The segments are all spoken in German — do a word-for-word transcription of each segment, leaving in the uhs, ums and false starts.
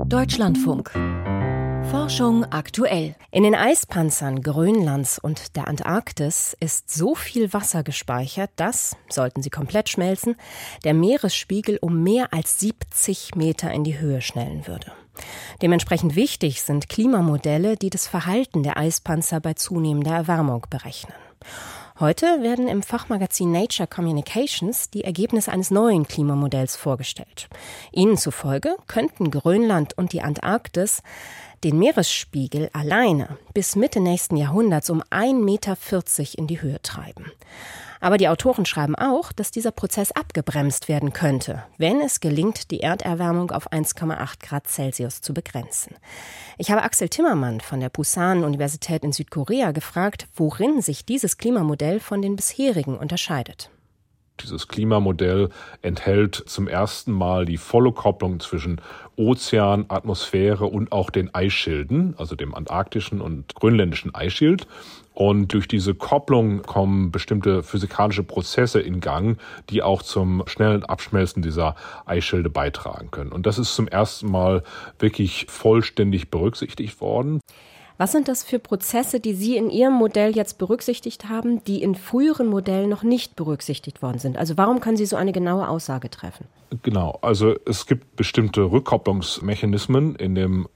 Deutschlandfunk. Forschung aktuell. In den Eispanzern Grönlands und der Antarktis ist so viel Wasser gespeichert, dass, sollten sie komplett schmelzen, der Meeresspiegel um mehr als siebzig Meter in die Höhe schnellen würde. Dementsprechend wichtig sind Klimamodelle, die das Verhalten der Eispanzer bei zunehmender Erwärmung berechnen. Heute werden im Fachmagazin Nature Communications die Ergebnisse eines neuen Klimamodells vorgestellt. Ihnen zufolge könnten Grönland und die Antarktis den Meeresspiegel alleine bis Mitte nächsten Jahrhunderts um ein Meter vierzig in die Höhe treiben. Aber die Autoren schreiben auch, dass dieser Prozess abgebremst werden könnte, wenn es gelingt, die Erderwärmung auf eins Komma acht Grad Celsius zu begrenzen. Ich habe Axel Timmermann von der Pusan-Universität in Südkorea gefragt, worin sich dieses Klimamodell von den bisherigen unterscheidet. Dieses Klimamodell enthält zum ersten Mal die volle Kopplung zwischen Ozean, Atmosphäre und auch den Eisschilden, also dem antarktischen und grönländischen Eisschild. Und durch diese Kopplung kommen bestimmte physikalische Prozesse in Gang, die auch zum schnellen Abschmelzen dieser Eisschilde beitragen können. Und das ist zum ersten Mal wirklich vollständig berücksichtigt worden. Was sind das für Prozesse, die Sie in Ihrem Modell jetzt berücksichtigt haben, die in früheren Modellen noch nicht berücksichtigt worden sind? Also warum können Sie so eine genaue Aussage treffen? Genau, also es gibt bestimmte Rückkopplungsmechanismen in dem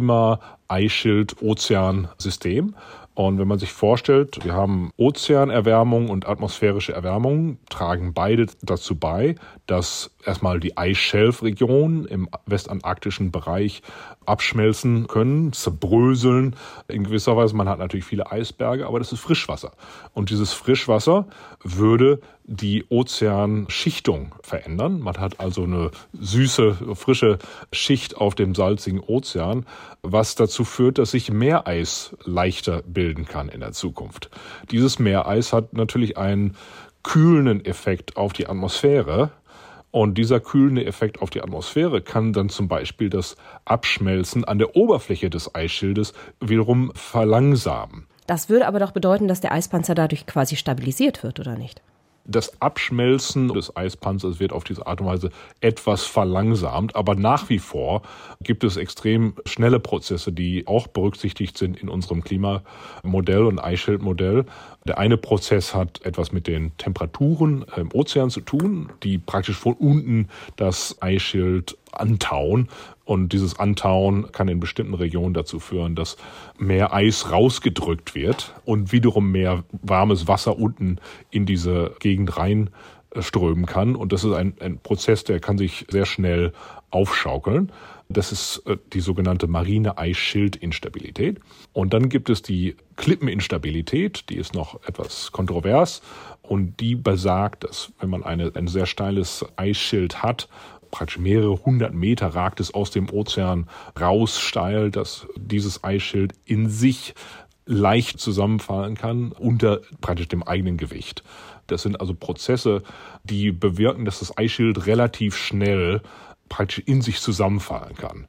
Klima-Eisschild-Ozean-System. Und wenn man sich vorstellt, wir haben Ozeanerwärmung und atmosphärische Erwärmung, tragen beide dazu bei, dass erstmal die Eisschelfregionen im westantarktischen Bereich abschmelzen können, zerbröseln in gewisser Weise. Man hat natürlich viele Eisberge, aber das ist Frischwasser. Und dieses Frischwasser würde die Ozeanschichtung verändern. Man hat also eine süße, frische Schicht auf dem salzigen Ozean, was dazu führt, dass sich Meereis leichter bilden kann in der Zukunft. Dieses Meereis hat natürlich einen kühlenden Effekt auf die Atmosphäre. Und dieser kühlende Effekt auf die Atmosphäre kann dann zum Beispiel das Abschmelzen an der Oberfläche des Eisschildes wiederum verlangsamen. Das würde aber doch bedeuten, dass der Eispanzer dadurch quasi stabilisiert wird, oder nicht? Das Abschmelzen des Eispanzers wird auf diese Art und Weise etwas verlangsamt, aber nach wie vor gibt es extrem schnelle Prozesse, die auch berücksichtigt sind in unserem Klimamodell und Eisschildmodell. Der eine Prozess hat etwas mit den Temperaturen im Ozean zu tun, die praktisch von unten das Eisschild antauen. Und dieses Antauen kann in bestimmten Regionen dazu führen, dass mehr Eis rausgedrückt wird und wiederum mehr warmes Wasser unten in diese Gegend reinströmen kann. Und das ist ein, ein Prozess, der kann sich sehr schnell aufschaukeln. Das ist die sogenannte marine Eisschildinstabilität. Und dann gibt es die Klippeninstabilität, die ist noch etwas kontrovers. Und die besagt, dass wenn man eine, ein sehr steiles Eisschild hat, praktisch mehrere hundert Meter ragt es aus dem Ozean raus steil, dass dieses Eisschild in sich leicht zusammenfallen kann unter praktisch dem eigenen Gewicht. Das sind also Prozesse, die bewirken, dass das Eisschild relativ schnell praktisch in sich zusammenfallen kann.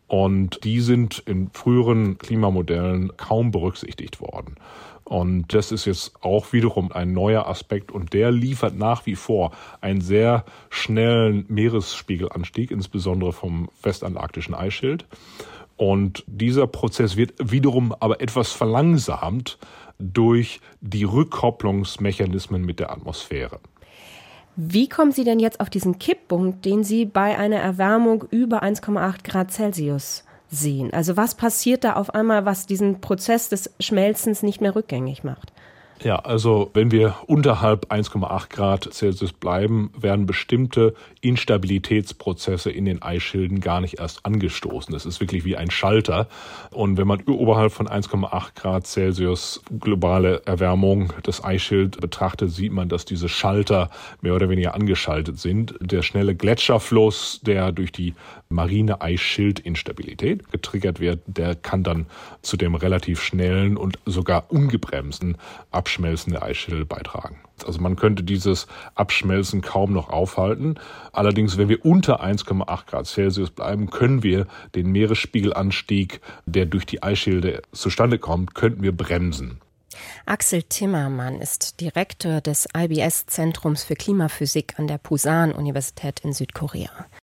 Und die sind in früheren Klimamodellen kaum berücksichtigt worden. Und das ist jetzt auch wiederum ein neuer Aspekt und der liefert nach wie vor einen sehr schnellen Meeresspiegelanstieg, insbesondere vom westantarktischen Eisschild. Und dieser Prozess wird wiederum aber etwas verlangsamt durch die Rückkopplungsmechanismen mit der Atmosphäre. Wie kommen Sie denn jetzt auf diesen Kipppunkt, den Sie bei einer Erwärmung über eins Komma acht Grad Celsius sehen? Also was passiert da auf einmal, was diesen Prozess des Schmelzens nicht mehr rückgängig macht? Ja, also wenn wir unterhalb eins Komma acht Grad Celsius bleiben, werden bestimmte Instabilitätsprozesse in den Eisschilden gar nicht erst angestoßen. Das ist wirklich wie ein Schalter. Und wenn man oberhalb von eins Komma acht Grad Celsius globale Erwärmung des Eisschilds betrachtet, sieht man, dass diese Schalter mehr oder weniger angeschaltet sind. Der schnelle Gletscherfluss, der durch die marine Eisschildinstabilität getriggert wird, der kann dann zu dem relativ schnellen und sogar ungebremsten Abschmelzen der Eisschilde beitragen. Also man könnte dieses Abschmelzen kaum noch aufhalten. Allerdings, wenn wir unter eins Komma acht Grad Celsius bleiben, können wir den Meeresspiegelanstieg, der durch die Eisschilde zustande kommt, könnten wir bremsen. Axel Timmermann ist Direktor des I B S-Zentrums für Klimaphysik an der Pusan-Universität in Südkorea.